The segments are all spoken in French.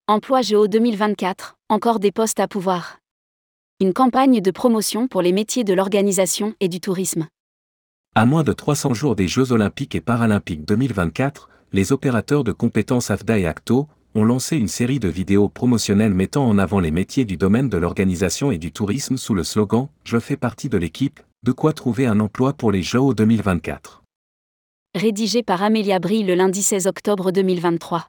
Emploi JO 2024, encore des postes à pouvoir. Une campagne de promotion pour les métiers de l'organisation et du tourisme. À moins de 300 jours des Jeux Olympiques et Paralympiques 2024, les opérateurs de compétences AFDA et Acto ont lancé une série de vidéos promotionnelles mettant en avant les métiers du domaine de l'organisation et du tourisme sous le slogan « Je fais partie de l'équipe, de quoi trouver un emploi pour les Jeux 2024 ». Rédigé par Amélia Brie le lundi 16 octobre 2023.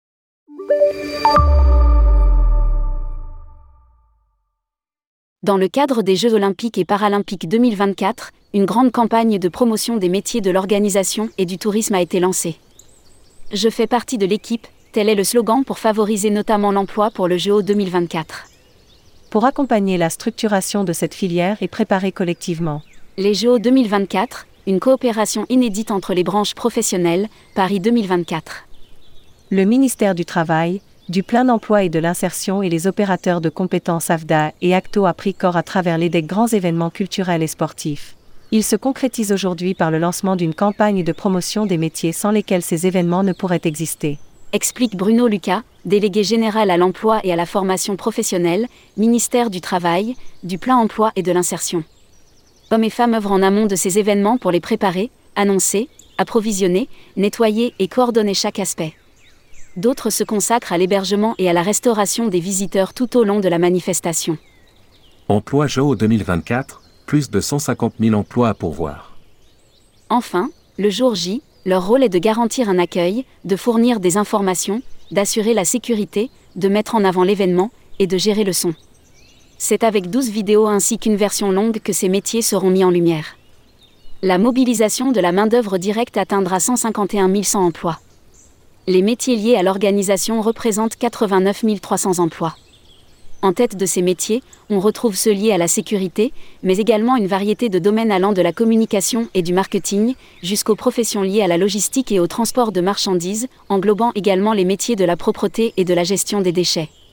Dans le cadre des Jeux Olympiques et Paralympiques 2024, une grande campagne de promotion des métiers de l'organisation et du tourisme a été lancée. Je fais partie de l'équipe, tel est le slogan pour favoriser notamment l'emploi pour le JO 2024. Pour accompagner la structuration de cette filière et préparer collectivement les JO 2024, une coopération inédite entre les branches professionnelles, Paris 2024. Le ministère du Travail, du Plein Emploi et de l'Insertion et les opérateurs de compétences AFDA et Acto a pris corps à travers les grands événements culturels et sportifs. Il se concrétise aujourd'hui par le lancement d'une campagne de promotion des métiers sans lesquels ces événements ne pourraient exister. Explique Bruno Lucas, délégué général à l'emploi et à la formation professionnelle, ministère du Travail, du Plein Emploi et de l'Insertion. Hommes et femmes œuvrent en amont de ces événements pour les préparer, annoncer, approvisionner, nettoyer et coordonner chaque aspect. D'autres se consacrent à l'hébergement et à la restauration des visiteurs tout au long de la manifestation. Emploi JO 2024, plus de 150 000 emplois à pourvoir. Enfin, le jour J, leur rôle est de garantir un accueil, de fournir des informations, d'assurer la sécurité, de mettre en avant l'événement et de gérer le son. C'est avec 12 vidéos ainsi qu'une version longue que ces métiers seront mis en lumière. La mobilisation de la main-d'œuvre directe atteindra 151 100 emplois. Les métiers liés à l'organisation représentent 89 300 emplois. En tête de ces métiers, on retrouve ceux liés à la sécurité, mais également une variété de domaines allant de la communication et du marketing, jusqu'aux professions liées à la logistique et au transport de marchandises, englobant également les métiers de la propreté et de la gestion des déchets.